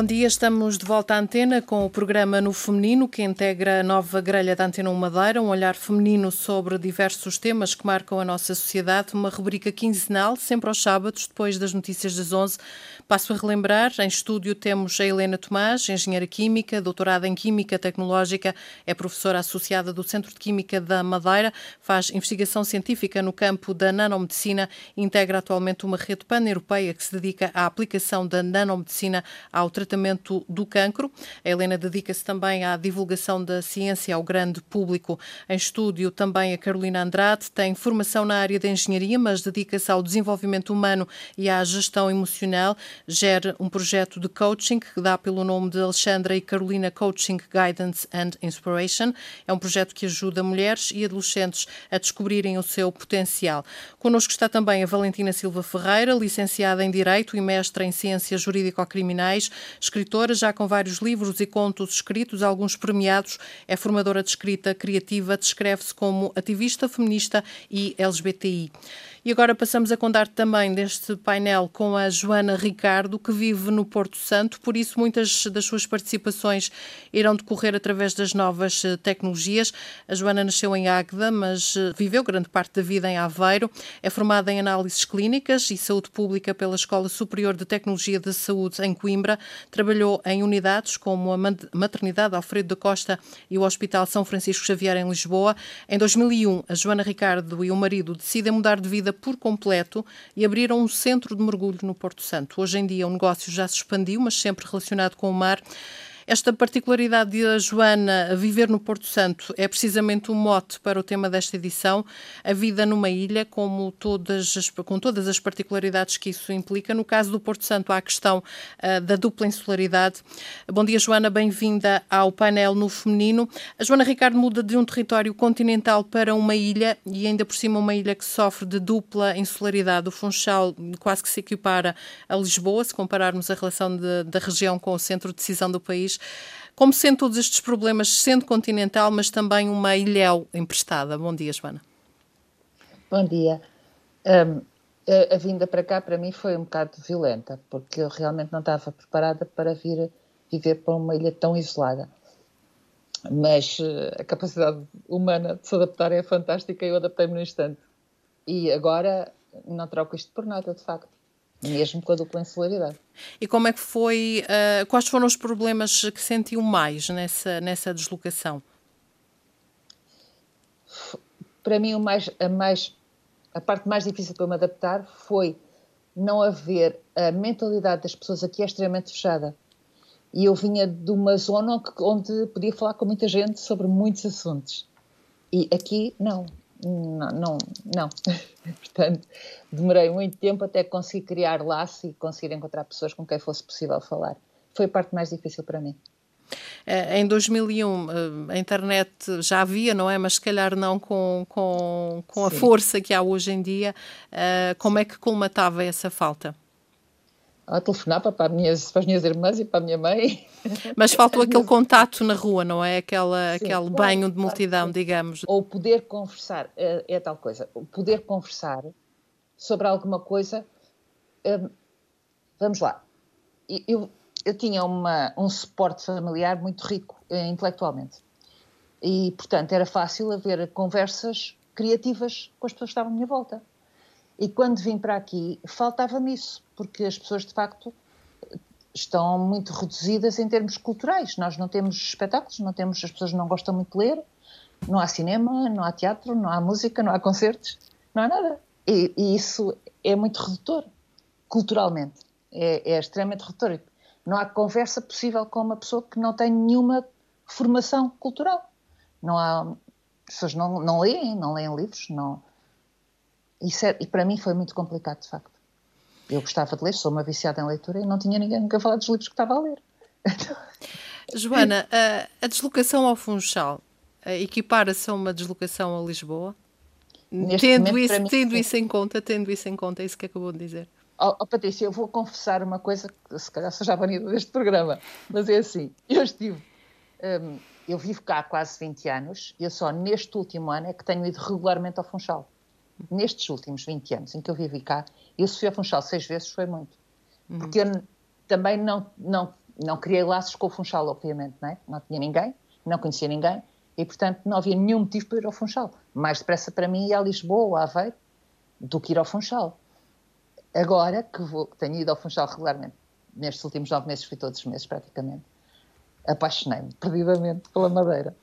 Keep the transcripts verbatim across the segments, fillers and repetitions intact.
Bom dia, estamos de volta à antena com o programa No Feminino, que integra a nova grelha da Antena um Madeira, um olhar feminino sobre diversos temas que marcam a nossa sociedade, uma rubrica quinzenal, sempre aos sábados, depois das notícias das onze. Passo a relembrar, em estúdio temos a Helena Tomás, engenheira química, doutorada em Química Tecnológica, é professora associada do Centro de Química da Madeira, faz investigação científica no campo da nanomedicina e integra atualmente uma rede pan-europeia que se dedica à aplicação da nanomedicina ao tratamento do cancro. A Helena dedica-se também à divulgação da ciência ao grande público. Em estúdio também a Carolina Andrade, tem formação na área da engenharia, mas dedica-se ao desenvolvimento humano e à gestão emocional. Gera um projeto de coaching que dá pelo nome de Alexandra e Carolina Coaching Guidance and Inspiration. É um projeto que ajuda mulheres e adolescentes a descobrirem o seu potencial. Connosco está também a Valentina Silva Ferreira, licenciada em Direito e mestra em Ciências Jurídico-Criminais, escritora já com vários livros e contos escritos, alguns premiados, é formadora de escrita criativa, descreve-se como ativista feminista e L G B T I. E agora passamos a contar também deste painel com a Joana Ricardo, que vive no Porto Santo, por isso muitas das suas participações irão decorrer através das novas tecnologias. A Joana nasceu em Águeda, mas viveu grande parte da vida em Aveiro, é formada em análises clínicas e saúde pública pela Escola Superior de Tecnologia da Saúde em Coimbra, trabalhou em unidades como a Maternidade Alfredo da Costa e o Hospital São Francisco Xavier em Lisboa. Em dois mil e um, a Joana Ricardo e o marido decidem mudar de vida por completo e abriram um centro de mergulho no Porto Santo. Hoje em dia o negócio já se expandiu, mas sempre relacionado com o mar. Esta particularidade de a Joana viver no Porto Santo é precisamente o mote para o tema desta edição, a vida numa ilha, como todas as, com todas as particularidades que isso implica. No caso do Porto Santo há a questão uh, da dupla insularidade. Bom dia, Joana, bem-vinda ao painel No Feminino. A Joana Ricardo muda de um território continental para uma ilha e ainda por cima uma ilha que sofre de dupla insularidade. O Funchal quase que se equipara a Lisboa, se compararmos a relação de, da região com o centro de decisão do país. Como sendo todos estes problemas, sendo continental, mas também uma ilhéu emprestada? Bom dia, Joana. Bom dia. Um, a, a vinda para cá, para mim, foi um bocado violenta, porque eu realmente não estava preparada para vir viver para uma ilha tão isolada. Mas uh, a capacidade humana de se adaptar é fantástica e eu adaptei-me no instante. E agora não troco isto por nada, de facto. Mesmo com a dupla insularidade. E como é que foi, uh, quais foram os problemas que sentiu mais nessa, nessa deslocação? Para mim, o mais, a, mais, a parte mais difícil para me adaptar foi não haver a mentalidade das pessoas aqui é extremamente fechada. E eu vinha de uma zona onde podia falar com muita gente sobre muitos assuntos. E aqui, não. Não, não, não. Portanto, demorei muito tempo até conseguir criar laço e conseguir encontrar pessoas com quem fosse possível falar. Foi a parte mais difícil para mim. Em dois mil e um a internet já havia, não é? Mas se calhar não com, com, com a força que há hoje em dia. Como é que colmatava essa falta? Eu telefonava para, minhas, para as minhas irmãs e para a minha mãe. Mas faltou aquele contato na rua, não é? Aquela, sim, aquele claro, banho de multidão, claro, digamos. Ou poder conversar, é, é tal coisa, poder conversar sobre alguma coisa. Hum, vamos lá, eu, eu tinha uma, um suporte familiar muito rico eh, intelectualmente e, portanto, era fácil haver conversas criativas com as pessoas que estavam à minha volta. E quando vim para aqui, faltava-me isso, porque as pessoas, de facto, estão muito reduzidas em termos culturais. Nós não temos espetáculos, não temos, as pessoas não gostam muito de ler, não há cinema, não há teatro, não há música, não há concertos, não há nada. E, e isso é muito redutor, culturalmente. É, é extremamente redutor. Não há conversa possível com uma pessoa que não tem nenhuma formação cultural. Não há, as pessoas não, não leem, não leem livros, não... Isso é, e para mim foi muito complicado, de facto. Eu gostava de ler, sou uma viciada em leitura e não tinha ninguém nunca falar dos livros que estava a ler. Joana, a, a deslocação ao Funchal equipara-se a uma deslocação a Lisboa? Neste tendo momento, isso, mim, tendo isso em conta, tendo isso em conta, é isso que acabou de dizer. Oh, oh, Patrícia, eu vou confessar uma coisa que se calhar seja banida deste programa, mas é assim, eu estive, um, eu vivo cá há quase vinte anos e eu só neste último ano é que tenho ido regularmente ao Funchal. Nestes últimos vinte anos em que eu vivi cá, eu se fui ao Funchal seis vezes foi muito. Uhum. Porque eu também não, não, não criei laços com o Funchal, obviamente, não é? Não tinha ninguém, não conhecia ninguém, e, portanto, não havia nenhum motivo para ir ao Funchal. Mais depressa para mim ir a Lisboa ou a Aveiro do que ir ao Funchal. Agora que, vou, que tenho ido ao Funchal regularmente, nestes últimos nove meses, fui todos os meses praticamente, apaixonei-me perdidamente pela Madeira.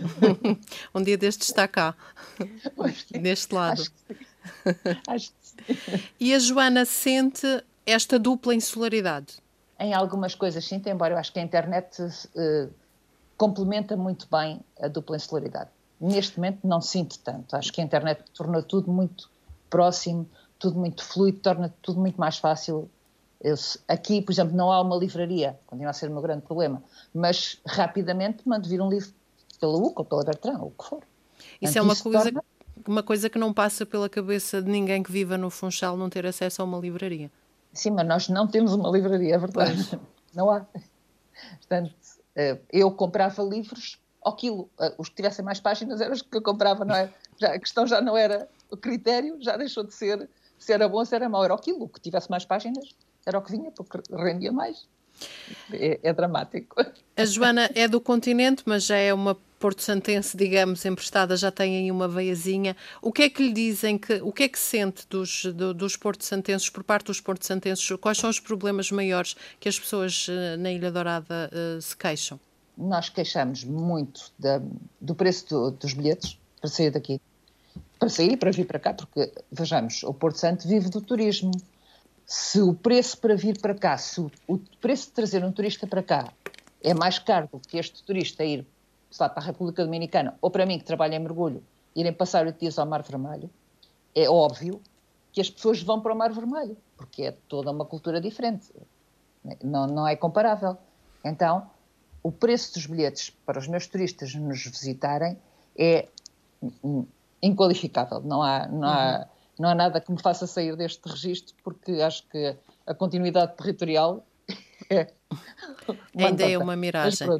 Um dia destes está cá, deste lado. Acho que sim. Acho que sim. E a Joana sente esta dupla insularidade? Em algumas coisas sim, embora eu acho que a internet uh, complementa muito bem a dupla insularidade. Neste momento não sinto tanto. Acho que a internet torna tudo muito próximo, tudo muito fluido, torna tudo muito mais fácil. Eu, aqui, por exemplo, não há uma livraria, continua a ser o meu grande problema, mas rapidamente mando vir um livro pela U C ou pela Bertrand, ou o que for. Isso Portanto, é uma isso coisa, torna... uma coisa que não passa pela cabeça de ninguém que viva no Funchal não ter acesso a uma livraria. Sim, mas nós não temos uma livraria, é verdade. Pois. Não há. Portanto, eu comprava livros ao quilo. Os que tivessem mais páginas eram os que eu comprava, não é? Já, a questão já não era o critério, já deixou de ser se era bom ou se era mau. Era o quilo. O que tivesse mais páginas era o que vinha, porque rendia mais. É, é dramático. A Joana é do continente, mas já é uma porto-santense, digamos, emprestada, já tem aí uma veiazinha. O que é que lhe dizem, que, o que é que sente dos, do, dos porto-santenses, por parte dos porto-santenses? Quais são os problemas maiores que as pessoas na Ilha Dourada uh, se queixam? Nós queixamos muito da, do preço do, dos bilhetes para sair daqui. Para sair e para vir para cá, porque, vejamos, o Porto Santo vive do turismo. Se o preço para vir para cá, se o, o preço de trazer um turista para cá é mais caro do que este turista ir, sei lá, para a República Dominicana, ou para mim que trabalho em mergulho, irem passar oito dias ao Mar Vermelho, é óbvio que as pessoas vão para o Mar Vermelho, porque é toda uma cultura diferente. Não, não é comparável. Então, o preço dos bilhetes para os meus turistas nos visitarem é inqualificável. Não há, não há, uhum. não há nada que me faça sair deste registro, porque acho que a continuidade territorial é ainda é uma miragem.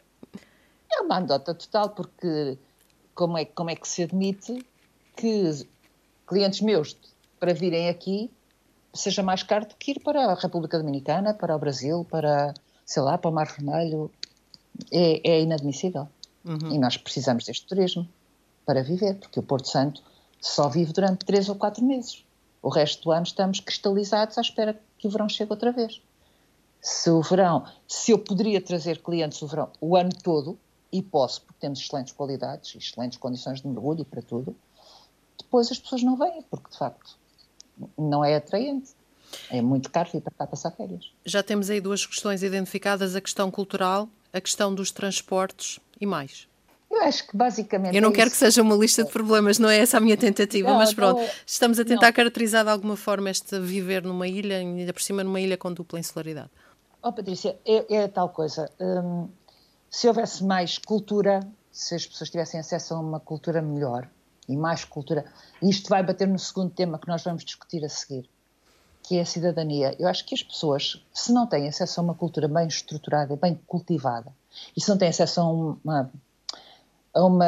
É uma anedota total, porque como é, como é que se admite que clientes meus, para virem aqui, seja mais caro do que ir para a República Dominicana, para o Brasil, para, sei lá, para o Mar Vermelho? É, é inadmissível. Uhum. E nós precisamos deste turismo para viver, porque o Porto Santo só vive durante três ou quatro meses. O resto do ano estamos cristalizados à espera que o verão chegue outra vez. Se o verão, se eu poderia trazer clientes o verão o ano todo, e posso, porque temos excelentes qualidades, excelentes condições de mergulho e para tudo, depois as pessoas não vêm, porque de facto não é atraente. É muito caro vir para cá passar férias. Já temos aí duas questões identificadas, a questão cultural, a questão dos transportes e mais. Eu acho que basicamente Eu não é quero isso. que seja uma lista de problemas, não é essa a minha tentativa, não, mas pronto, é... estamos a tentar não. caracterizar de alguma forma este viver numa ilha, ainda por cima numa ilha com dupla insularidade. Oh, Patrícia, é, é tal coisa. Hum, se houvesse mais cultura, se as pessoas tivessem acesso a uma cultura melhor e mais cultura, e isto vai bater no segundo tema que nós vamos discutir a seguir, que é a cidadania. Eu acho que as pessoas, se não têm acesso a uma cultura bem estruturada, bem cultivada, e se não têm acesso a uma, a uma,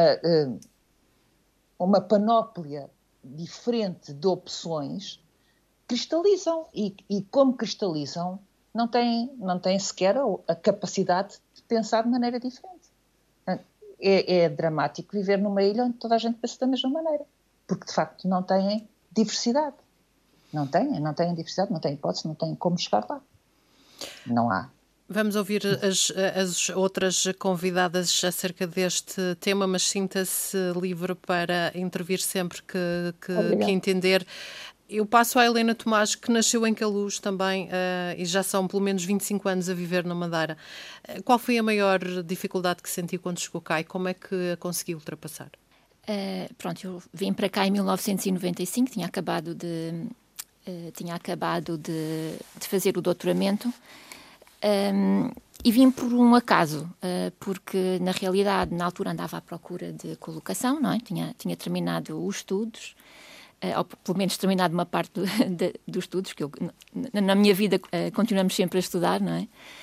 uma panóplia diferente de opções, cristalizam. E, e como cristalizam, não têm, não têm sequer a, a capacidade de pensar de maneira diferente. É, é dramático viver numa ilha onde toda a gente pensa da mesma maneira, porque de facto não têm diversidade. Não têm, não têm diversidade, não têm hipótese, não têm como chegar lá. Não há. Vamos ouvir as, as outras convidadas acerca deste tema, mas sinta-se livre para intervir sempre que, que, que entender. Eu passo à Helena Tomás, que nasceu em Queluz também, uh, e já são pelo menos vinte e cinco anos a viver na Madeira. Uh, qual foi a maior dificuldade que sentiu quando chegou cá e como é que a conseguiu ultrapassar? Uh, pronto, eu vim para cá em mil novecentos e noventa e cinco, tinha acabado de, uh, tinha acabado de, de fazer o doutoramento. Um, e vim por um acaso, uh, porque na realidade na altura andava à procura de colocação, não é? Tinha, tinha terminado os estudos, uh, ou pelo menos terminado uma parte do, de, dos estudos, que eu, na, na minha vida uh, continuamos sempre a estudar, não é?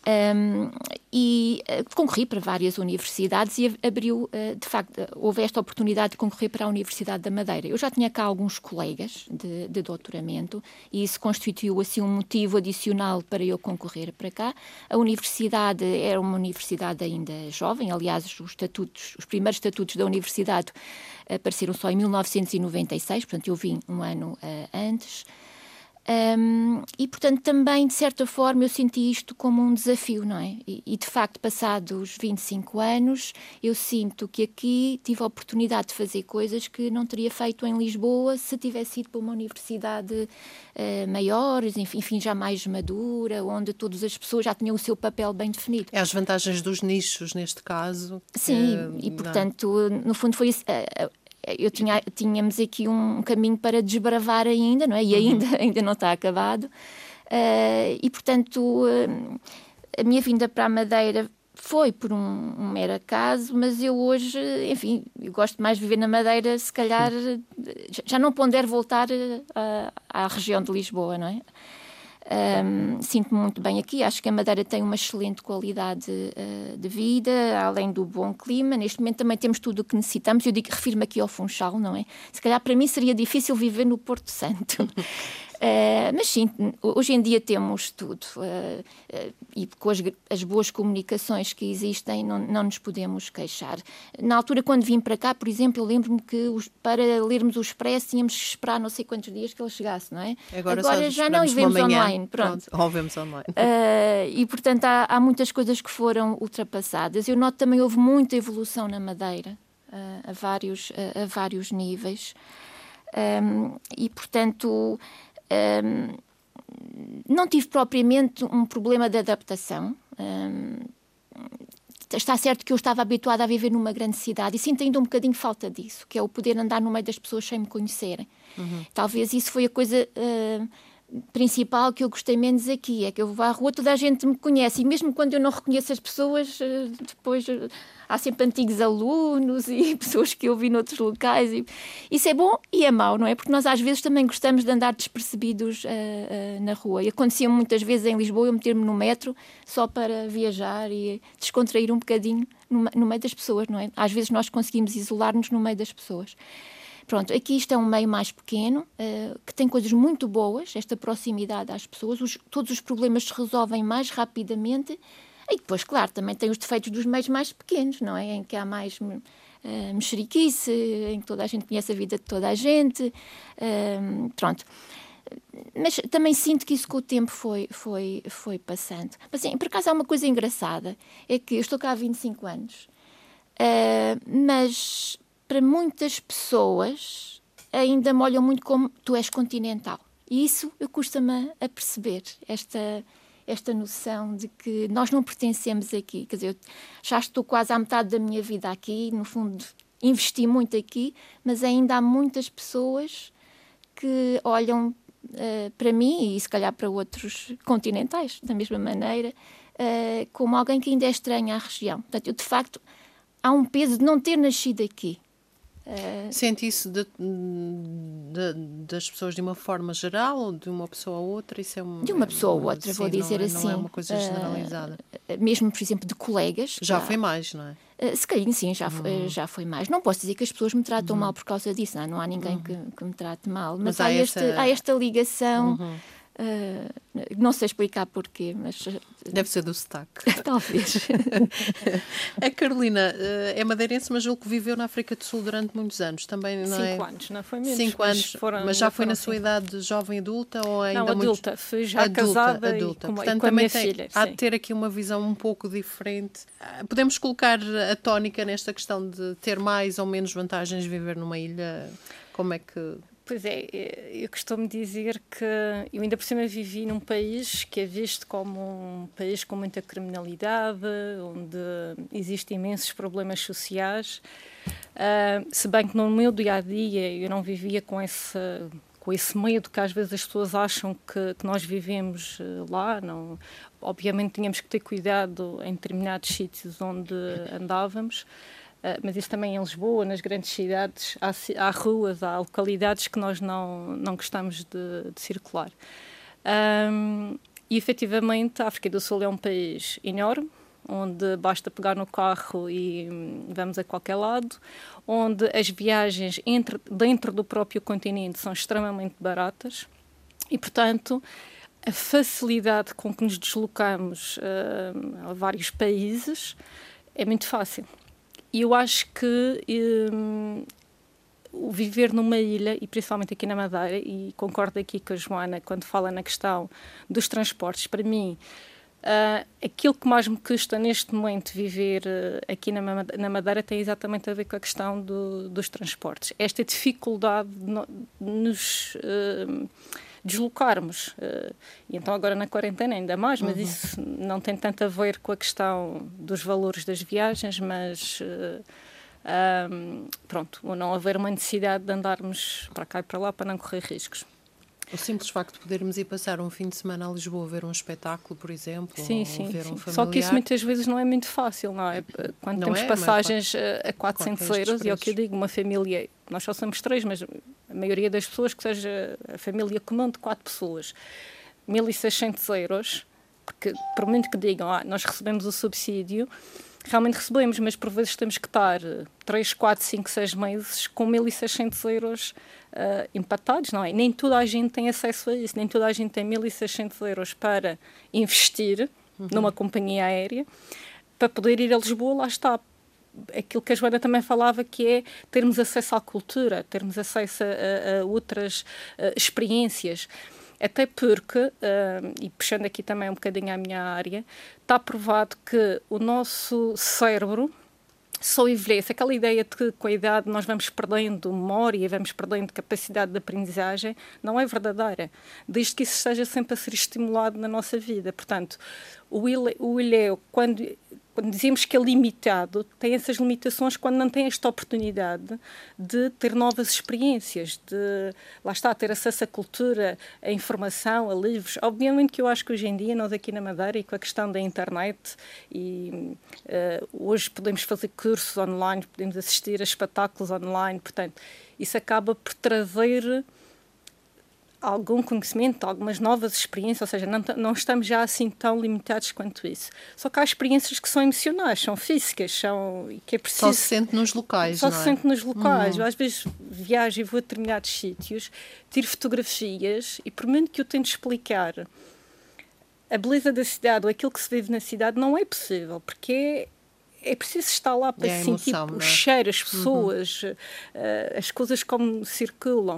Um, e uh, concorri para várias universidades e abriu, uh, de facto, uh, houve esta oportunidade de concorrer para a Universidade da Madeira. Eu já tinha cá alguns colegas de, de doutoramento e isso constituiu assim um motivo adicional para eu concorrer para cá. A universidade era uma universidade ainda jovem, aliás, os estatutos, os primeiros estatutos da universidade apareceram só em mil novecentos e noventa e seis, portanto eu vim um ano uh, antes. Um, e, portanto, também, de certa forma, eu senti isto como um desafio, não é? E, e, de facto, passados vinte e cinco anos, eu sinto que aqui tive a oportunidade de fazer coisas que não teria feito em Lisboa se tivesse ido para uma universidade uh, maior, enfim, enfim, já mais madura, onde todas as pessoas já tinham o seu papel bem definido. É as vantagens dos nichos, neste caso. Sim, que, e, portanto, não. no fundo foi isso. Uh, uh, Eu tinha, tínhamos aqui um caminho para desbravar ainda, não é? E ainda, uhum. ainda não está acabado. Uh, e, portanto, uh, a minha vinda para a Madeira foi por um, um mero acaso, mas eu hoje, enfim, eu gosto mais de viver na Madeira, se calhar já não pondero voltar uh, à região de Lisboa, não é? Um, sinto-me muito bem aqui, acho que a Madeira tem uma excelente qualidade uh, de vida, além do bom clima. Neste momento também temos tudo o que necessitamos. Eu digo, refiro-me aqui ao Funchal, não é? Se calhar para mim seria difícil viver no Porto Santo. Uh, mas sim, hoje em dia temos tudo uh, uh, e com as, as boas comunicações que existem não, não nos podemos queixar. Na altura, quando vim para cá, por exemplo, eu lembro-me que os, para lermos o Expresso tínhamos que esperar não sei quantos dias que ele chegasse, não é? Agora, Agora já não, e vemos online. Pronto. Pronto, ou vemos online. Uh, e, portanto, há, há muitas coisas que foram ultrapassadas. Eu noto também houve muita evolução na Madeira, uh, a, vários, uh, a vários níveis. Um, e, portanto... Um, não tive propriamente um problema de adaptação. Um, está certo que eu estava habituada a viver numa grande cidade e sinto ainda um bocadinho falta disso, que é o poder andar no meio das pessoas sem me conhecerem. Uhum. Talvez isso foi a coisa uh, principal que eu gostei menos aqui, é que eu vou à rua, toda a gente me conhece e mesmo quando eu não reconheço as pessoas, uh, depois uh, há sempre antigos alunos e pessoas que eu vi noutros locais. E isso é bom e é mau, não é? Porque nós às vezes também gostamos de andar despercebidos uh, uh, na rua. E acontecia muitas vezes em Lisboa eu meter-me no metro só para viajar e descontrair um bocadinho no, no meio das pessoas, não é? Às vezes nós conseguimos isolar-nos no meio das pessoas. Pronto, aqui isto é um meio mais pequeno, uh, que tem coisas muito boas, esta proximidade às pessoas, os, todos os problemas se resolvem mais rapidamente. E depois, claro, também tem os defeitos dos meios mais pequenos, não é? Em que há mais uh, mexeriquice, em que toda a gente conhece a vida de toda a gente. Uh, pronto. Mas também sinto que isso com o tempo foi, foi, foi passando. Mas, assim, por acaso, há uma coisa engraçada, é que eu estou cá há vinte e cinco anos, uh, mas para muitas pessoas ainda me olham muito como tu és continental. E isso eu custa-me a perceber, esta... esta noção de que nós não pertencemos aqui. Quer dizer, eu já estou quase à metade da minha vida aqui, no fundo investi muito aqui, mas ainda há muitas pessoas que olham uh, para mim, e se calhar para outros continentais, da mesma maneira, uh, como alguém que ainda é estranho à região. Portanto, eu, de facto, há um peso de não ter nascido aqui. Uh... Sente isso de, de, das pessoas de uma forma geral ou de uma pessoa a outra? Isso é um, de uma pessoa a outra, sim, vou dizer não é, assim. Não é uma coisa generalizada. Uh, mesmo, por exemplo, de colegas. Já que, foi mais, não é? Uh, se calhar, sim, já, uhum. já foi mais. Não posso dizer que as pessoas me tratam uhum. mal por causa disso. Não, não há ninguém uhum. que, que me trate mal. Mas, mas há, há, este, essa... há esta ligação... Uhum. Uh, não sei explicar porquê, mas... Deve ser do sotaque. Talvez. A Carolina uh, é madeirense, mas julgo que viveu na África do Sul durante muitos anos. Também, não Cinco é? anos, não foi menos. Cinco anos, foram, mas já foi na cinco. sua idade jovem adulta ou ainda não, muito... adulta, fui já adulta, casada adulta. E com, Portanto, e com a também minha tem, filha. há sim. de ter aqui uma visão um pouco diferente. Podemos colocar a tónica nesta questão de ter mais ou menos vantagens de viver numa ilha? Como é que... Pois é, eu costumo dizer que eu ainda por cima vivi num país que é visto como um país com muita criminalidade, onde existem imensos problemas sociais, uh, se bem que no meu dia-a-dia eu não vivia com esse, com esse medo que às vezes as pessoas acham que, que nós vivemos lá. Não, obviamente tínhamos que ter cuidado em determinados sítios onde andávamos, Uh, mas isso também em Lisboa, nas grandes cidades, há, há ruas, há localidades que nós não, não gostamos de, de circular. Um, E, efetivamente, a África do Sul é um país enorme, onde basta pegar no carro e vamos a qualquer lado, onde as viagens entre, dentro do próprio continente são extremamente baratas e, portanto, a facilidade com que nos deslocamos uh, a vários países é muito fácil. E eu acho que um, o viver numa ilha, e principalmente aqui na Madeira, e concordo aqui com a Joana quando fala na questão dos transportes, para mim, Uh, aquilo que mais me custa neste momento viver uh, aqui na, na Madeira tem exatamente a ver com a questão do, dos transportes. Esta dificuldade de, no, de nos uh, deslocarmos. Uh, e então agora na quarentena ainda mais, mas uhum. isso não tem tanto a ver com a questão dos valores das viagens, mas uh, um, pronto, ou não haver uma necessidade de andarmos para cá e para lá para não correr riscos. O simples facto de podermos ir passar um fim de semana a Lisboa, ver um espetáculo, por exemplo, sim, ou sim, ver sim. um familiar... Só que isso muitas vezes não é muito fácil, não é? Quando não temos é, passagens a quatrocentos euros, e é o que eu digo, uma família, nós só somos três, mas a maioria das pessoas, que seja a família comum de quatro pessoas, mil e seiscentos euros, porque por muito que digam, ah, nós recebemos o subsídio, realmente recebemos, mas por vezes temos que estar três, quatro, cinco, seis meses com mil e seiscentos euros uh, empatados, não é? Nem toda a gente tem acesso a isso, nem toda a gente tem mil e seiscentos euros para investir uhum. numa companhia aérea, para poder ir a Lisboa, lá está. Aquilo que a Joana também falava, que é termos acesso à cultura, termos acesso a, a outras uh, experiências. Até porque, uh, e puxando aqui também um bocadinho à minha área, está provado que o nosso cérebro só envelhece. Aquela ideia de que com a idade nós vamos perdendo memória, vamos perdendo capacidade de aprendizagem, não é verdadeira. Desde que isso esteja sempre a ser estimulado na nossa vida. Portanto, o ilhéu, quando... Quando dizemos que é limitado, tem essas limitações quando não tem esta oportunidade de ter novas experiências, de, lá está, ter acesso à cultura, à informação, a livros. Obviamente que eu acho que hoje em dia, nós aqui na Madeira, e com a questão da internet, e uh, hoje podemos fazer cursos online, podemos assistir a espetáculos online, portanto, isso acaba por trazer algum conhecimento, algumas novas experiências, ou seja, não, não estamos já assim tão limitados quanto isso. Só que há experiências que são emocionais, são físicas, são... que é preciso... Só se sente nos locais, Só não é? se sente nos locais. Uhum. Eu às vezes viajo e vou a determinados sítios, tiro fotografias e por muito que eu tente explicar a beleza da cidade ou aquilo que se vive na cidade, não é possível, porque é... é preciso estar lá para é sentir emoção, o cheiro, as pessoas, uhum. uh, as coisas como circulam.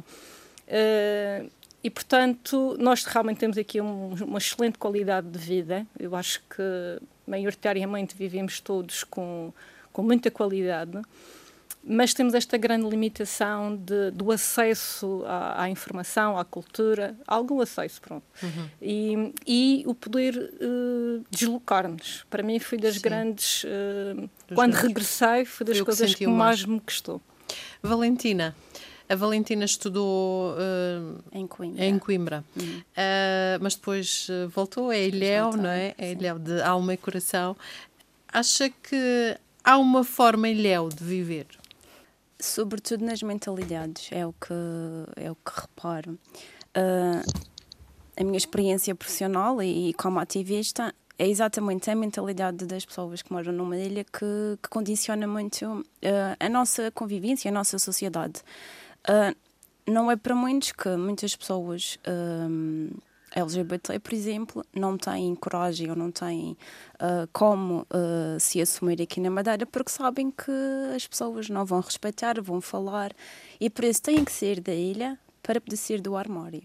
Uh, e, portanto, nós realmente temos aqui um, uma excelente qualidade de vida. Eu acho que, maioritariamente, vivemos todos com, com muita qualidade, mas temos esta grande limitação de, do acesso à, à informação, à cultura, algum acesso, pronto. Uhum. E, e o poder uh, deslocar-nos. Para mim foi das Sim. grandes... Uh, quando grandes. regressei, foi das foi coisas que, que mais me custou. Valentina, a Valentina estudou uh, em Coimbra, em Coimbra. Uhum. Uh, mas depois uh, voltou, é Ilhéu, não é? É Ilhéu de alma e coração. Acha que há uma forma Ilhéu de viver? Sobretudo nas mentalidades, é o que, é o que reparo. Uh, a minha experiência profissional e, e como ativista é exatamente a mentalidade das pessoas que moram numa ilha que, que condiciona muito uh, a nossa convivência, a nossa sociedade. Uh, não é para muitos que muitas pessoas uh, L G B T, por exemplo, não têm coragem ou não têm uh, como uh, se assumir aqui na Madeira, porque sabem que as pessoas não vão respeitar, vão falar, e por isso têm que sair da ilha para poder sair do armário.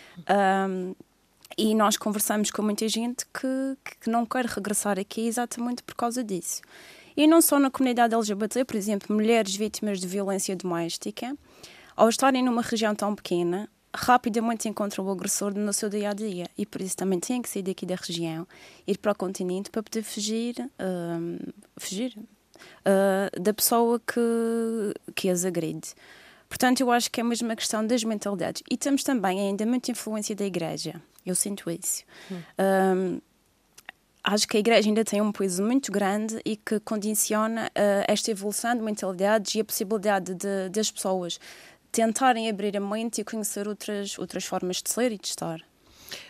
Um, e nós conversamos com muita gente que, que não quer regressar aqui exatamente por causa disso. E não só na comunidade L G B T, por exemplo, mulheres vítimas de violência doméstica, ao estarem numa região tão pequena, rapidamente encontram o agressor no seu dia-a-dia, e por isso também têm que sair daqui da região, ir para o continente para poder fugir, uh, fugir uh, da pessoa que, que as agride. Portanto, eu acho que é mesmo uma questão das mentalidades. E temos também ainda muita influência da Igreja. Eu sinto isso. Hum. Um, acho que a Igreja ainda tem um peso muito grande e que condiciona uh, esta evolução de mentalidades e a possibilidade de, das pessoas tentarem abrir a mente e conhecer outras, outras formas de ser e de estar.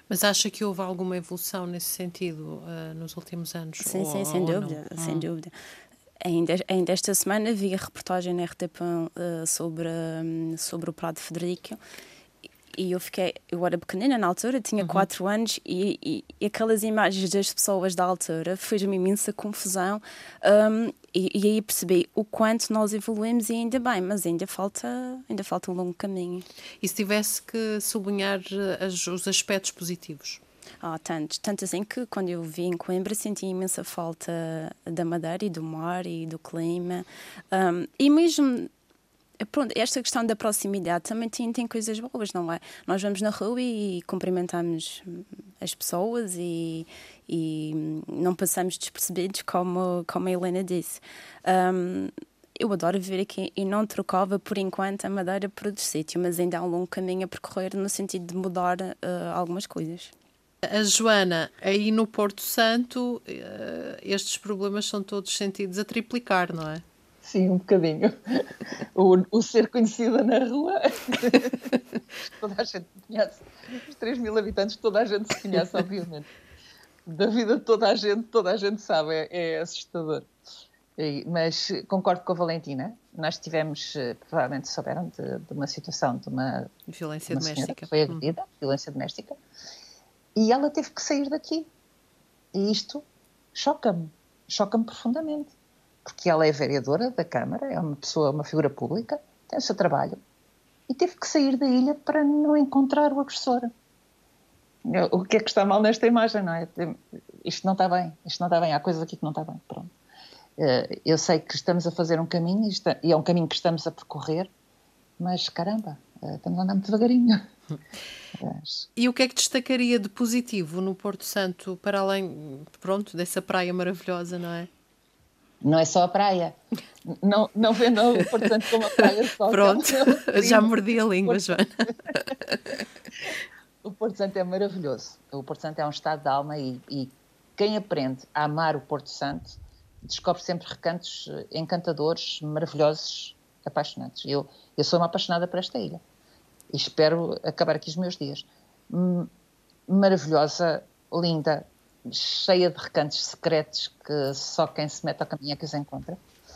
Mas acha que houve alguma evolução nesse sentido uh, nos últimos anos? Sim, ou, sim, sem dúvida, não? sem hum. dúvida. Ainda, ainda esta semana vi a reportagem na R T P uh, sobre, um, sobre o Prado Frederico e eu fiquei, eu era pequenina na altura, tinha quatro uhum. anos e, e, e aquelas imagens das pessoas da altura fez-me imensa confusão um, e, e aí percebi o quanto nós evoluímos e ainda bem, mas ainda falta, ainda falta um longo caminho. E se tivesse que sublinhar as, os aspectos positivos? Ah, tantos, tanto assim que quando eu vim em Coimbra senti imensa falta da Madeira e do mar e do clima um, e mesmo pronto, esta questão da proximidade também tem, tem coisas boas, não é? Nós vamos na rua e cumprimentamos as pessoas e, e não passamos despercebidos, como, como a Helena disse. Um, eu adoro viver aqui e não trocava por enquanto a Madeira por outro sítio, mas ainda há um longo caminho a percorrer no sentido de mudar uh, algumas coisas. A Joana, aí no Porto Santo, estes problemas são todos sentidos a triplicar, não é? Sim, um bocadinho. O, o ser conhecida na rua, toda a gente conhece, os três mil habitantes, toda a gente se conhece, obviamente. Da vida de toda a gente, toda a gente sabe, é, é assustador. E, mas concordo com a Valentina, nós tivemos, provavelmente souberam, de, de uma situação de uma violência uma doméstica. Que foi agredida, hum. violência doméstica, e ela teve que sair daqui. E isto choca-me, choca-me profundamente. Porque ela é vereadora da Câmara, é uma pessoa, uma figura pública, tem o seu trabalho, e teve que sair da ilha para não encontrar o agressor. O que é que está mal nesta imagem, não é? Isto não está bem, isto não está bem, há coisas aqui que não está bem, pronto. Eu sei que estamos a fazer um caminho, e é um caminho que estamos a percorrer, mas caramba, estamos a andar muito devagarinho. E o que é que destacaria de positivo no Porto Santo, para além, pronto, dessa praia maravilhosa, não é? Não é só a praia. Não, não vendo o Porto Santo como a praia só. Pronto, é já mordi a língua, Porto... Joana. O Porto Santo é maravilhoso. O Porto Santo é um estado de alma e, e quem aprende a amar o Porto Santo descobre sempre recantos encantadores, maravilhosos, apaixonantes. Eu, eu sou uma apaixonada por esta ilha e espero acabar aqui os meus dias. Maravilhosa, linda, cheia de recantos secretos que só quem se mete ao caminho é que os encontra.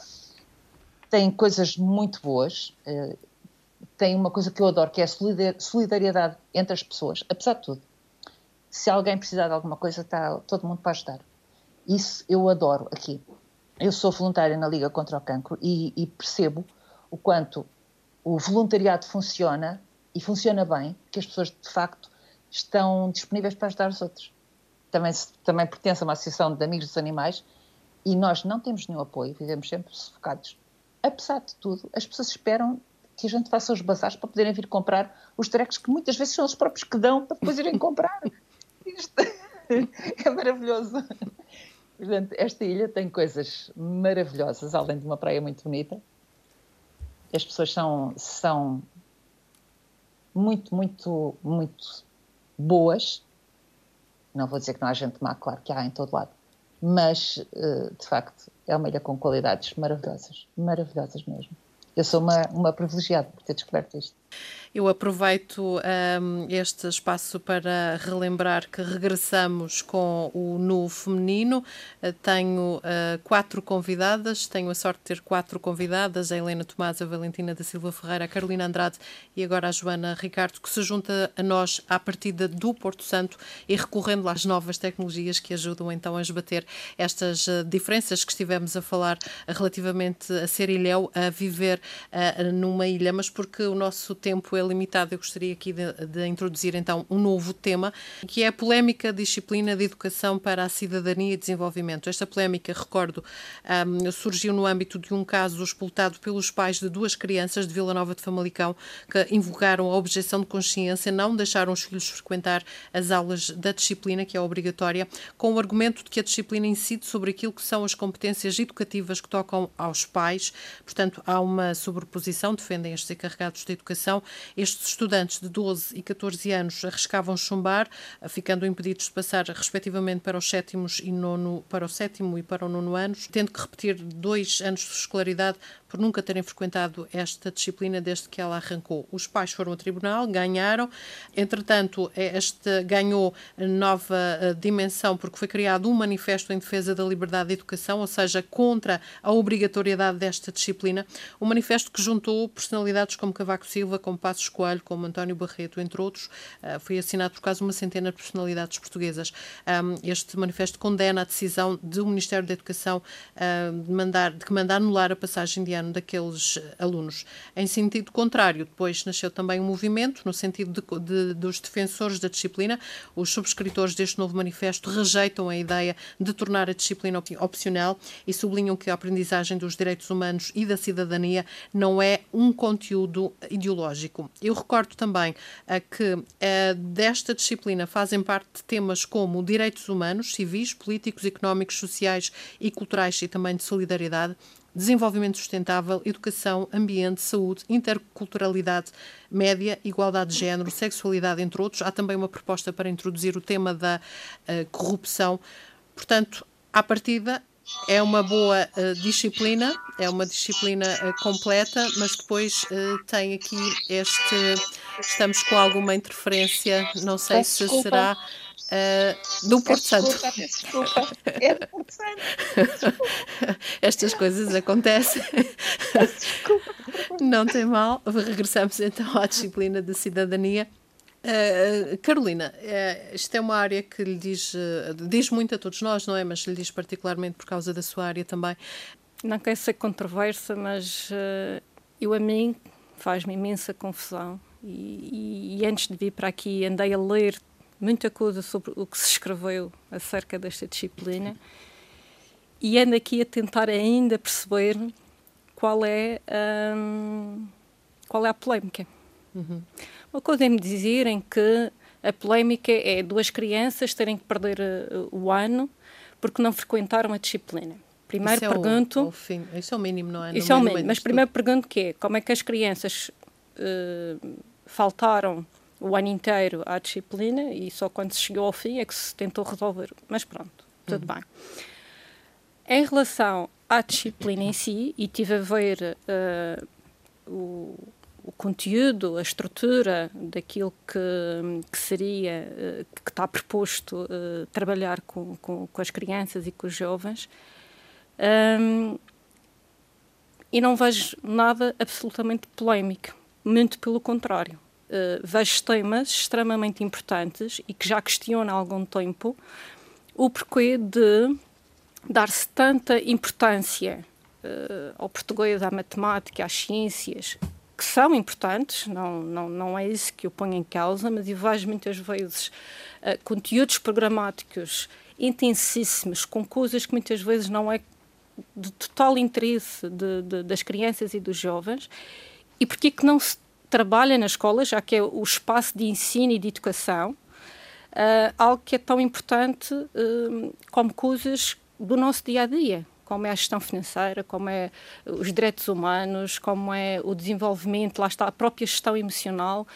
Tem coisas muito boas. Tem uma coisa que eu adoro, que é a solidariedade entre as pessoas. Apesar de tudo, se alguém precisar de alguma coisa, está todo mundo para ajudar. Isso eu adoro aqui. Eu sou voluntária na Liga contra o Cancro e, e percebo o quanto o voluntariado funciona e funciona bem, que as pessoas, de facto, estão disponíveis para ajudar os outros. Também, também pertence a uma associação de amigos dos animais e nós não temos nenhum apoio, vivemos sempre sufocados. Apesar de tudo, as pessoas esperam que a gente faça os bazares para poderem vir comprar os trecos que muitas vezes são os próprios que dão para depois irem comprar. Isto é maravilhoso. Portanto, esta ilha tem coisas maravilhosas, além de uma praia muito bonita. As pessoas são, são muito, muito, muito boas. Não vou dizer que não há gente má, claro que há em todo lado. Mas, de facto, é uma ilha com qualidades maravilhosas. Maravilhosas mesmo. Eu sou uma, uma privilegiada por ter descoberto isto. Eu aproveito um, este espaço para relembrar que regressamos com o Nu Feminino. Uh, tenho uh, quatro convidadas, tenho a sorte de ter quatro convidadas, a Helena Tomás, a Valentina da Silva Ferreira, a Carolina Andrade e agora a Joana Ricardo, que se junta a nós à partida do Porto Santo e recorrendo às novas tecnologias que ajudam então a esbater estas uh, diferenças que estivemos a falar uh, relativamente a ser ilhéu, a viver uh, numa ilha, mas porque o nosso tempo é limitado, eu gostaria aqui de, de introduzir então um novo tema, que é a polémica disciplina de educação para a cidadania e desenvolvimento. Esta polémica, recordo, um, surgiu no âmbito de um caso expultado pelos pais de duas crianças de Vila Nova de Famalicão que invocaram a objeção de consciência, não deixaram os filhos frequentar as aulas da disciplina, que é obrigatória, com o argumento de que a disciplina incide sobre aquilo que são as competências educativas que tocam aos pais. Portanto, há uma sobreposição, defendem estes encarregados de educação. Estes estudantes de doze e catorze anos arriscavam chumbar, ficando impedidos de passar respectivamente para os sétimos e nono, para o sétimo e para o nono anos, tendo que repetir dois anos de escolaridade por nunca terem frequentado esta disciplina desde que ela arrancou. Os pais foram ao tribunal, ganharam, entretanto, este ganhou nova dimensão porque foi criado um manifesto em defesa da liberdade de educação, ou seja, contra a obrigatoriedade desta disciplina, um manifesto que juntou personalidades como Cavaco Silva, como Passos Coelho, como António Barreto, entre outros. Foi assinado por quase uma centena de personalidades portuguesas. Este manifesto condena a decisão do Ministério da Educação de, mandar, de mandar anular a passagem de ano daqueles alunos. Em sentido contrário, depois nasceu também um movimento, no sentido de, de, dos defensores da disciplina. Os subscritores deste novo manifesto rejeitam a ideia de tornar a disciplina opcional e sublinham que a aprendizagem dos direitos humanos e da cidadania não é um conteúdo ideológico. Eu recordo também a que a, desta disciplina fazem parte temas como direitos humanos, civis, políticos, económicos, sociais e culturais e também de solidariedade, desenvolvimento sustentável, educação, ambiente, saúde, interculturalidade média, igualdade de género, sexualidade, entre outros. Há também uma proposta para introduzir o tema da uh, corrupção. Portanto, à partida, é uma boa uh, disciplina, é uma disciplina uh, completa, mas depois uh, tem aqui este... Estamos com alguma interferência, não sei Peço se desculpa. será uh, do Porto Santo. Desculpa, é do Porto Santo. Desculpa. Estas coisas acontecem. Desculpa. Não tem mal. Regressamos então à disciplina de cidadania. Uh, Carolina, uh, isto é uma área que lhe diz, uh, diz muito a todos nós, não é? Mas lhe diz particularmente por causa da sua área também. Não quero ser controversa, mas uh, eu a mim faz-me imensa confusão. E, e, e antes de vir para aqui andei a ler muita coisa sobre o que se escreveu acerca desta disciplina e ando aqui a tentar ainda perceber qual é, um, qual é a polémica. Uhum. Uma coisa é me dizerem que a polémica é duas crianças terem que perder uh, o ano porque não frequentaram a disciplina. Primeiro isso pergunto... É o, o fim. Isso é o mínimo, não é? Isso é o mínimo, mas primeiro pergunto que é, como é que as crianças uh, faltaram o ano inteiro à disciplina e só quando se chegou ao fim é que se tentou resolver. Mas pronto, tudo uhum. bem. Em relação à disciplina em si, e tive a ver uh, o... o conteúdo, a estrutura daquilo que, que seria, que está proposto uh, trabalhar com, com, com as crianças e com os jovens, um, e não vejo nada absolutamente polémico, muito pelo contrário. Uh, vejo temas extremamente importantes e que já questiono há algum tempo o porquê de dar-se tanta importância uh, ao português, à matemática, às ciências, que são importantes, não, não, não é isso que eu ponho em causa, mas eu vejo muitas vezes uh, conteúdos programáticos intensíssimos, com coisas que muitas vezes não é de total interesse de, de, das crianças e dos jovens, e porque que não se trabalha na escola, já que é o espaço de ensino e de educação, uh, algo que é tão importante uh, como coisas do nosso dia-a-dia. Como é a gestão financeira, como é os direitos humanos, como é o desenvolvimento, lá está, a própria gestão emocional.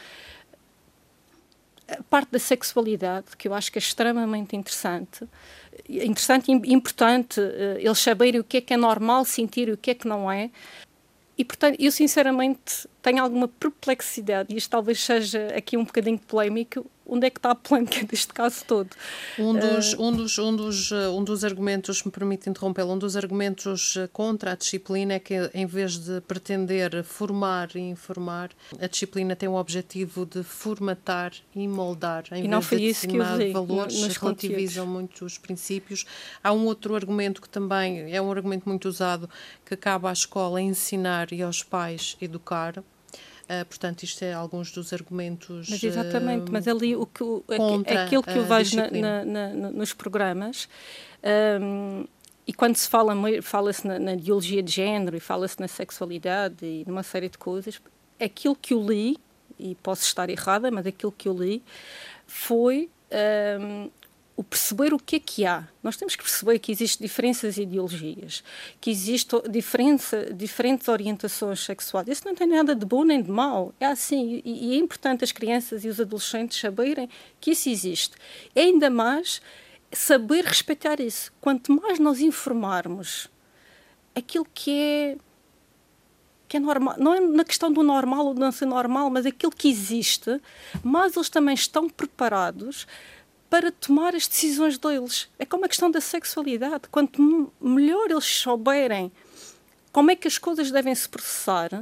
A parte da sexualidade, que eu acho que é extremamente interessante, interessante e importante uh, eles saberem o que é que é normal sentir e o que é que não é. E, portanto, eu sinceramente tenho alguma perplexidade, e isto talvez seja aqui um bocadinho polémico, onde é que está a polémica deste caso todo? Um dos, uh... um dos, um dos, um dos argumentos, me permite interrompê-lo, um dos argumentos contra a disciplina é que, em vez de pretender formar e informar, a disciplina tem o objetivo de formatar e moldar, em e não vez foi de isso que eu vi, valores, nos relativizam muito os princípios. Há um outro argumento que também é um argumento muito usado, que acaba a escola a ensinar e aos pais educar. Uh, portanto, isto é alguns dos argumentos. Mas exatamente, uh, mas ali o que, o, contra aquilo que eu vejo na, na, na, nos programas, um, e quando se fala, fala-se na, na ideologia de género e fala-se na sexualidade e numa série de coisas, aquilo que eu li, e posso estar errada, mas aquilo que eu li foi um, o perceber o que é que há. Nós temos que perceber que existem diferenças de ideologias, que existem diferença, diferentes orientações sexuais. Isso não tem nada de bom nem de mau. É assim, e, e é importante as crianças e os adolescentes saberem que isso existe. É ainda mais saber respeitar isso. Quanto mais nós informarmos aquilo que é que é normal, não é na questão do normal ou não ser normal, mas aquilo que existe, mas eles também estão preparados para tomar as decisões deles. É como a questão da sexualidade. Quanto melhor eles souberem como é que as coisas devem se processar,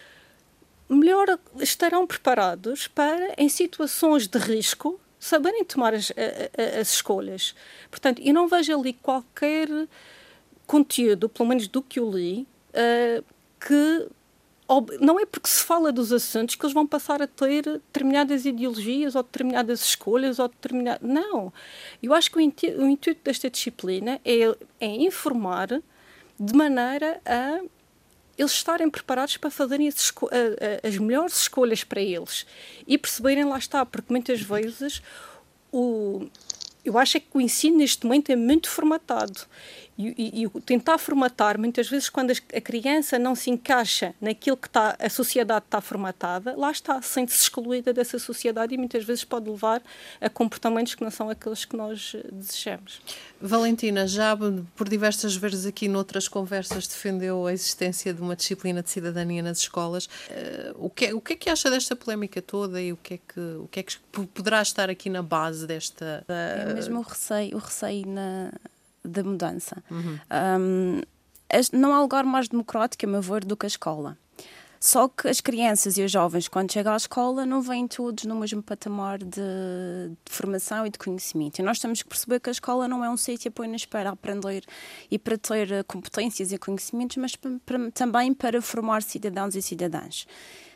melhor estarão preparados para, em situações de risco, saberem tomar as, as, as escolhas. Portanto, eu não vejo ali qualquer conteúdo, pelo menos do que eu li, uh, que não é porque se fala dos assuntos que eles vão passar a ter determinadas ideologias ou determinadas escolhas ou determinadas... Não. Eu acho que o intuito, o intuito desta disciplina é, é informar de maneira a eles estarem preparados para fazerem as, esco- a, a, as melhores escolhas para eles e perceberem, lá está, porque muitas vezes o... eu acho é que o ensino neste momento é muito formatado. E, e, e tentar formatar, muitas vezes, quando a criança não se encaixa naquilo que está, a sociedade está formatada, lá está, sente-se excluída dessa sociedade e muitas vezes pode levar a comportamentos que não são aqueles que nós desejamos. Valentina, já por diversas vezes aqui noutras conversas defendeu a existência de uma disciplina de cidadania nas escolas. Uh, o, que, o que é que acha desta polémica toda e o que é que, o que, é que poderá estar aqui na base desta... Uh... É mesmo o receio, o receio na... da mudança. Uhum. Um, não há lugar mais democrático, a meu ver, do que a escola. Só que as crianças e os jovens, quando chegam à escola, não vêm todos no mesmo patamar de, de formação e de conhecimento. E nós temos que perceber que a escola não é um sítio apenas para aprender e para ter competências e conhecimentos, mas para, para, também para formar cidadãos e cidadãs.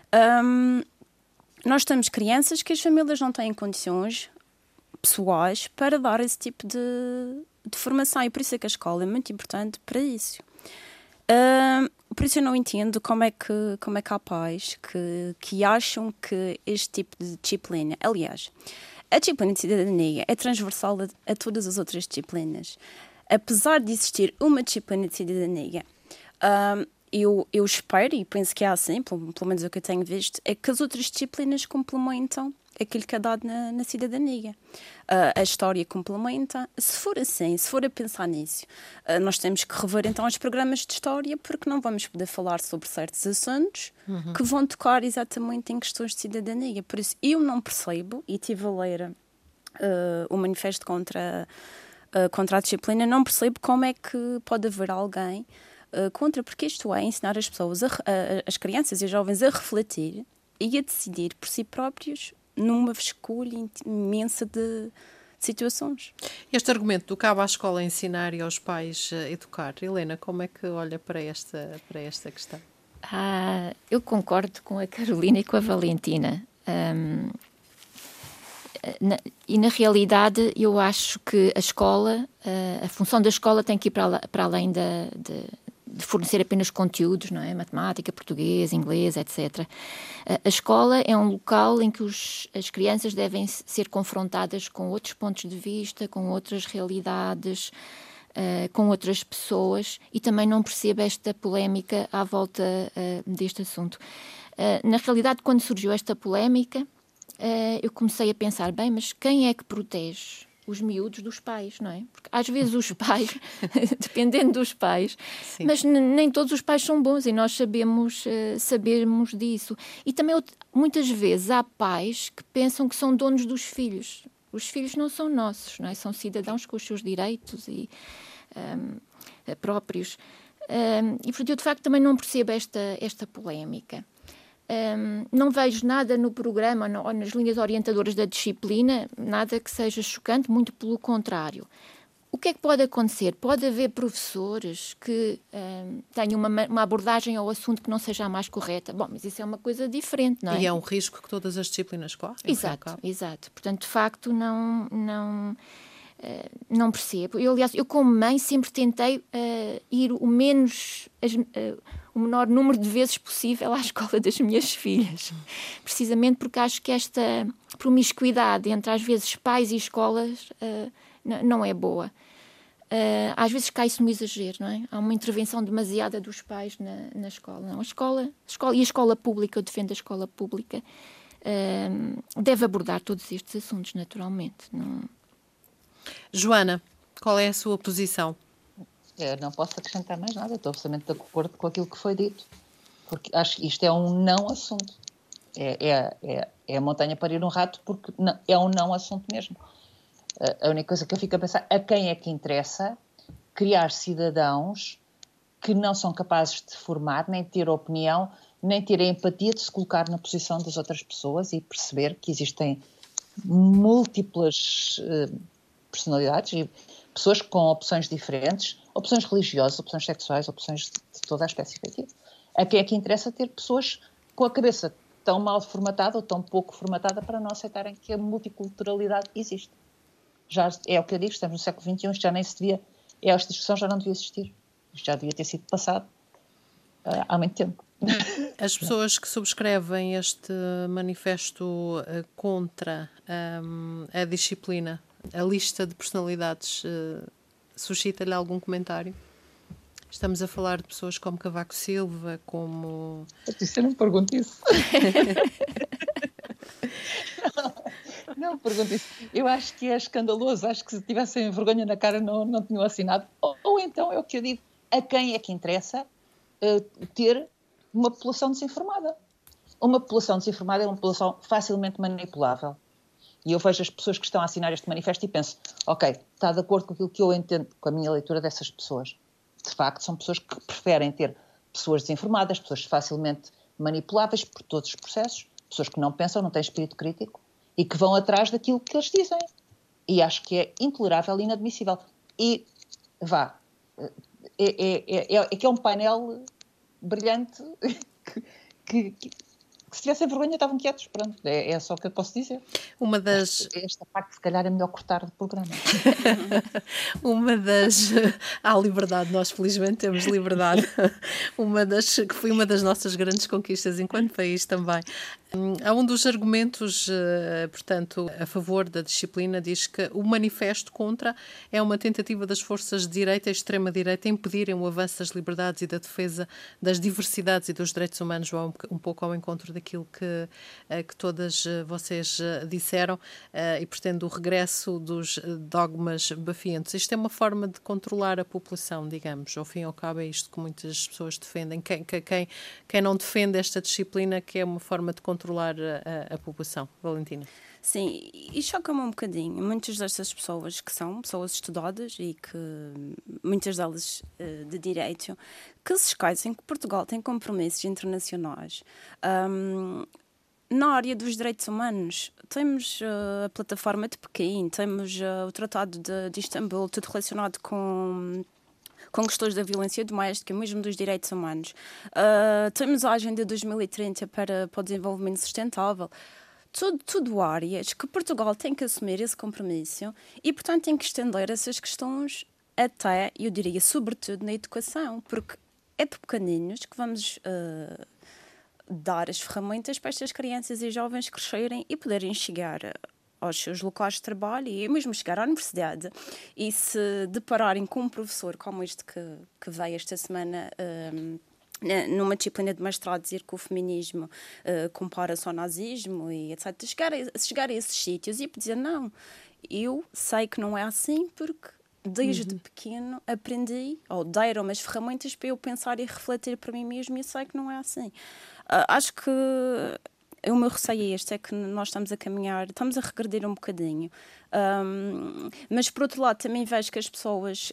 Um, nós temos crianças que as famílias não têm condições pessoais para dar esse tipo de, de formação, e por isso é que a escola é muito importante para isso. Uh, por isso eu não entendo como é que, como é que há pais que, que acham que este tipo de disciplina, aliás, a disciplina de cidadania é transversal a, a todas as outras disciplinas. Apesar de existir uma disciplina de cidadania, uh, eu, eu espero, e penso que é assim, pelo, pelo menos o que eu tenho visto, é que as outras disciplinas complementam aquilo que é dado na, na cidadania. Uh, a história complementa. Se for assim, se for a pensar nisso, uh, nós temos que rever então os programas de história, porque não vamos poder falar sobre certos assuntos uhum. que vão tocar exatamente em questões de cidadania. Por isso, eu não percebo, e estive a ler uh, o manifesto contra, uh, contra a disciplina, não percebo como é que pode haver alguém uh, contra, porque isto é ensinar as pessoas, a, a, as crianças e os jovens a refletir e a decidir por si próprios numa escolha imensa de situações. Este argumento do cabe à escola ensinar e aos pais educar. Helena, como é que olha para esta, para esta questão? Ah, eu concordo com a Carolina e com a Valentina. Um, na, e, na realidade, eu acho que a escola, a, a função da escola tem que ir para, para além da... De, de fornecer apenas conteúdos, não é? Matemática, português, inglês, etcétera. A escola é um local em que os, as crianças devem ser confrontadas com outros pontos de vista, com outras realidades, uh, com outras pessoas, e também não percebo esta polémica à volta uh, deste assunto. Uh, na realidade, quando surgiu esta polémica, uh, eu comecei a pensar, bem, mas quem é que protege os miúdos dos pais, não é? Porque às vezes os pais, dependendo dos pais, sim, mas nem todos os pais são bons e nós sabemos, uh, sabemos disso. E também muitas vezes há pais que pensam que são donos dos filhos. Os filhos não são nossos, não é? São cidadãos com os seus direitos e um, próprios. Um, e portanto eu de facto também não percebo esta, esta polémica. Um, não vejo nada no programa ou nas linhas orientadoras da disciplina, nada que seja chocante, muito pelo contrário. O que é que pode acontecer? Pode haver professores que um, tenham uma, uma abordagem ao assunto que não seja a mais correta. Bom, mas isso é uma coisa diferente, não é? E é um risco que todas as disciplinas correm. Exato, exato. Portanto, de facto, não... não Uh, não percebo. Eu, aliás, eu como mãe sempre tentei uh, ir o menos, as, uh, o menor número de vezes possível à escola das minhas filhas. Precisamente porque acho que esta promiscuidade entre, às vezes, pais e escolas uh, n- não é boa. Uh, às vezes cai-se no exagero, não é? Há uma intervenção demasiada dos pais na, na escola. Não, a escola, a escola e a escola pública, eu defendo a escola pública, uh, deve abordar todos estes assuntos, naturalmente. Não... Joana, qual é a sua posição? Eu não posso acrescentar mais nada, estou absolutamente de acordo com aquilo que foi dito. porque acho que isto é um não assunto. É, é, é, é a montanha para ir um rato, porque não, é um não assunto mesmo. A única coisa que eu fico a pensar, a quem é que interessa criar cidadãos que não são capazes de formar, nem ter opinião, nem ter a empatia de se colocar na posição das outras pessoas e perceber que existem múltiplas uh, personalidades e pessoas com opções diferentes, opções religiosas, opções sexuais, opções de, de toda a espécie feita. A quem é que interessa ter pessoas com a cabeça tão mal formatada ou tão pouco formatada para não aceitarem que a multiculturalidade existe. Já é o que eu digo, estamos no século vinte e um, isto já nem se devia, esta discussão já não devia existir. Isto já devia ter sido passado uh, há muito tempo. As pessoas que subscrevem este manifesto uh, contra um, a disciplina, a lista de personalidades, uh, suscita-lhe algum comentário? Estamos a falar de pessoas como Cavaco Silva, como... Eu não pergunto isso. Não, não pergunto isso. Eu acho que é escandaloso. Acho que se tivessem vergonha na cara não, não tinham assinado. Ou, ou então é o que eu digo. A quem é que interessa uh, ter uma população desinformada? Uma população desinformada é uma população facilmente manipulável. E eu vejo as pessoas que estão a assinar este manifesto e penso, ok, está de acordo com aquilo que eu entendo, com a minha leitura dessas pessoas. De facto, são pessoas que preferem ter pessoas desinformadas, pessoas facilmente manipuláveis por todos os processos, pessoas que não pensam, não têm espírito crítico e que vão atrás daquilo que eles dizem. E acho que é intolerável e inadmissível. E, vá, é, é, é, é que é um painel brilhante que, que, que, que se tivessem vergonha estavam quietos. Pronto, é, é só o que eu posso dizer. Uma das... Esta parte, se calhar, é melhor cortar do programa. Uma das... Há liberdade, nós felizmente temos liberdade. Uma das... que foi uma das nossas grandes conquistas enquanto país também. Há um dos argumentos, portanto, a favor da disciplina, diz que o manifesto contra é uma tentativa das forças de direita e extrema-direita impedirem o avanço das liberdades e da defesa das diversidades e dos direitos humanos, um pouco ao encontro daquilo que, que todas vocês disseram, e, portanto, o regresso dos dogmas bafientos. Isto é uma forma de controlar a população, digamos. Ao fim e ao cabo é isto que muitas pessoas defendem. Quem, quem, quem não defende esta disciplina, que é uma forma de controlar controlar a, a população. Valentina? Sim, e choca-me um bocadinho. Muitas dessas pessoas que são pessoas estudadas e que muitas delas uh, de direito, que se esquecem que Portugal tem compromissos internacionais um, na área dos direitos humanos. Temos uh, a plataforma de Pequim, temos uh, o Tratado de, de Istambul, tudo relacionado com... com questões da violência doméstica, mesmo dos direitos humanos. Uh, temos a Agenda dois mil e trinta para, para o desenvolvimento sustentável. Tudo, tudo áreas que Portugal tem que assumir esse compromisso e, portanto, tem que estender essas questões até, eu diria, sobretudo na educação, porque é de pequeninos que vamos uh, dar as ferramentas para estas crianças e jovens crescerem e poderem chegar a aos seus locais de trabalho e mesmo chegar à universidade e se depararem com um professor como este que, que veio esta semana um, numa disciplina de mestrado dizer que o feminismo uh, compara-se ao nazismo e etcétera. Chegar a, chegar a esses sítios e dizer não, eu sei que não é assim porque desde uhum. pequeno aprendi ou deram-me as ferramentas para eu pensar e refletir para mim mesmo e eu sei que não é assim. Uh, acho que o meu receio é este, é que nós estamos a caminhar, estamos a regredir um bocadinho. Um, mas, por outro lado, também vejo que as pessoas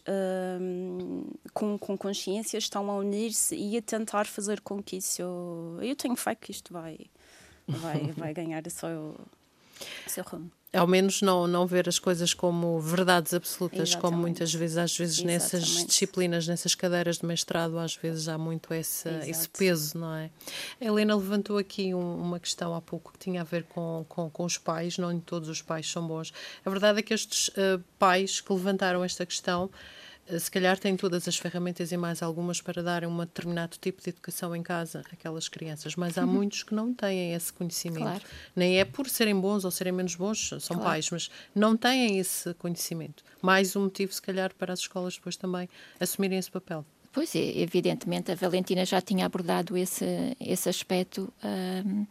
um, com, com consciência estão a unir-se e a tentar fazer com que isso... Eu tenho fé que isto vai, vai, vai ganhar o seu, o seu rumo. Ao menos não, não ver as coisas como verdades absolutas, Exatamente. Como muitas vezes, às vezes Exatamente. Nessas disciplinas, nessas cadeiras de mestrado, às vezes há muito esse, esse peso, não é? A Helena levantou aqui um, uma questão há pouco que tinha a ver com, com, com os pais, não todos os pais são bons. A verdade é que estes uh, pais que levantaram esta questão se calhar têm todas as ferramentas e mais algumas para darem um determinado tipo de educação em casa àquelas crianças, mas há uhum. muitos que não têm esse conhecimento. Claro. Nem é por serem bons ou serem menos bons, são claro. Pais, mas não têm esse conhecimento. Mais um motivo, se calhar, para as escolas depois também assumirem esse papel. Pois é, evidentemente, a Valentina já tinha abordado esse, esse aspecto um,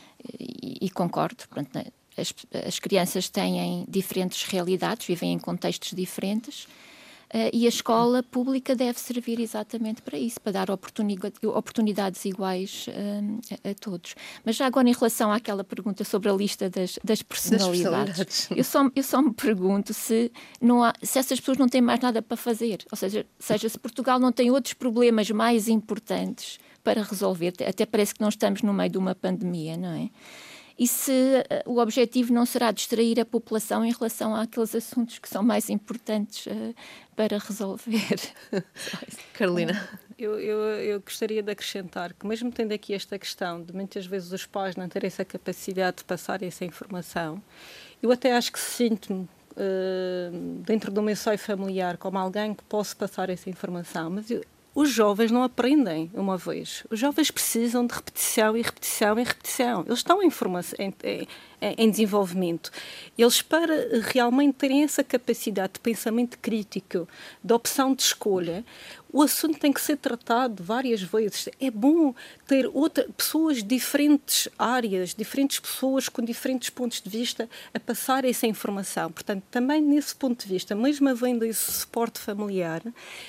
e, e concordo. Pronto, as, as crianças têm diferentes realidades, vivem em contextos diferentes. Uh, e a escola pública deve servir exatamente para isso, para dar oportunidade, oportunidades iguais um, a, a todos. Mas já agora, em relação àquela pergunta sobre a lista das, das personalidades, das personalidades. Eu, só, eu só me pergunto se, não há, se essas pessoas não têm mais nada para fazer. Ou seja, seja, se Portugal não tem outros problemas mais importantes para resolver, até parece que não estamos no meio de uma pandemia, não é? E se uh, o objetivo não será distrair a população em relação àqueles assuntos que são mais importantes uh, para resolver. Carolina. Eu, eu, eu gostaria de acrescentar que, mesmo tendo aqui esta questão de muitas vezes os pais não terem essa capacidade de passar essa informação, eu até acho que sinto-me uh, dentro do meu seio familiar como alguém que posso passar essa informação, mas eu, os jovens não aprendem uma vez. Os jovens precisam de repetição e repetição e repetição. Eles estão em, formação, em, em, em desenvolvimento. Eles, para realmente terem essa capacidade de pensamento crítico, de opção de escolha, o assunto tem que ser tratado várias vezes. É bom ter outra, pessoas de diferentes áreas, diferentes pessoas com diferentes pontos de vista a passar essa informação. Portanto, também nesse ponto de vista, mesmo havendo esse suporte familiar,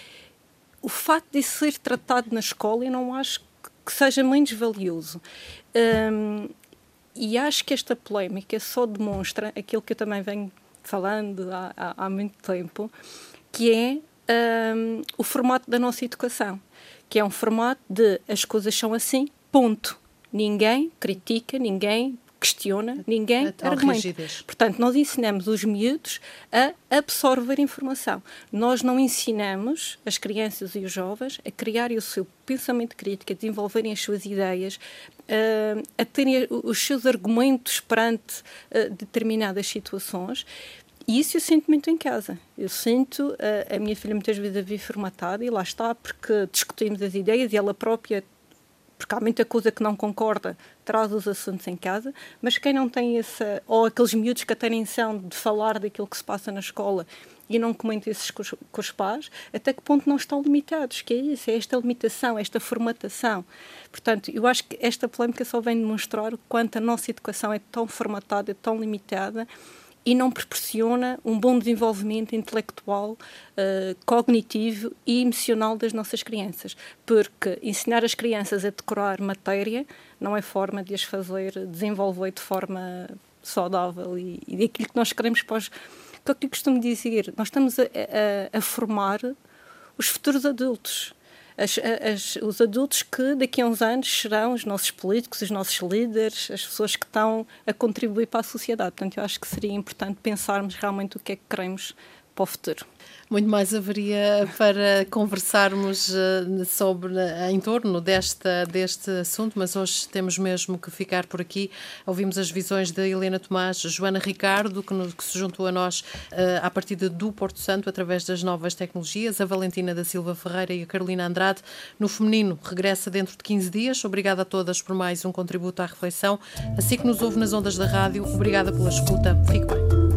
o facto de isso ser tratado na escola, eu não acho que seja menos valioso. Um, e acho que esta polémica só demonstra aquilo que eu também venho falando há, há, há muito tempo, que é um, o formato da nossa educação, que é um formato de as coisas são assim, ponto. Ninguém critica, ninguém questiona, ninguém argumenta. Portanto, nós ensinamos os miúdos a absorver informação. Nós não ensinamos as crianças e os jovens a criarem o seu pensamento crítico, a desenvolverem as suas ideias, uh, a terem os seus argumentos perante uh, determinadas situações. E isso eu sinto muito em casa. Eu sinto uh, a minha filha muitas vezes a vir formatada, e lá está, porque discutimos as ideias e ela própria, porque há muita coisa que não concorda, traz os assuntos em casa, mas quem não tem essa, ou aqueles miúdos que têm intenção de falar daquilo que se passa na escola e não comentam isso com os, com os pais, até que ponto não estão limitados, que é isso, é esta limitação, esta formatação. Portanto, eu acho que esta polémica só vem demonstrar o quanto a nossa educação é tão formatada, é tão limitada, e não proporciona um bom desenvolvimento intelectual, uh, cognitivo e emocional das nossas crianças. Porque ensinar as crianças a decorar matéria não é forma de as fazer desenvolver de forma saudável e, e daquilo que nós queremos para os... O que eu costumo dizer? Nós estamos a, a, a formar os futuros adultos. As, as, os adultos que daqui a uns anos serão os nossos políticos, os nossos líderes, as pessoas que estão a contribuir para a sociedade. Portanto, eu acho que seria importante pensarmos realmente o que é que queremos para o futuro. Muito mais haveria para conversarmos uh, sobre, uh, em torno desta, deste assunto, mas hoje temos mesmo que ficar por aqui. Ouvimos as visões da Helena Tomás, Joana Ricardo, que, no, que se juntou a nós uh, à partida do Porto Santo através das novas tecnologias, a Valentina da Silva Ferreira e a Carolina Andrade. No Feminino regressa dentro de quinze dias. Obrigada a todas por mais um contributo à reflexão. Assim que nos ouve nas ondas da rádio, obrigada pela escuta. Fique bem.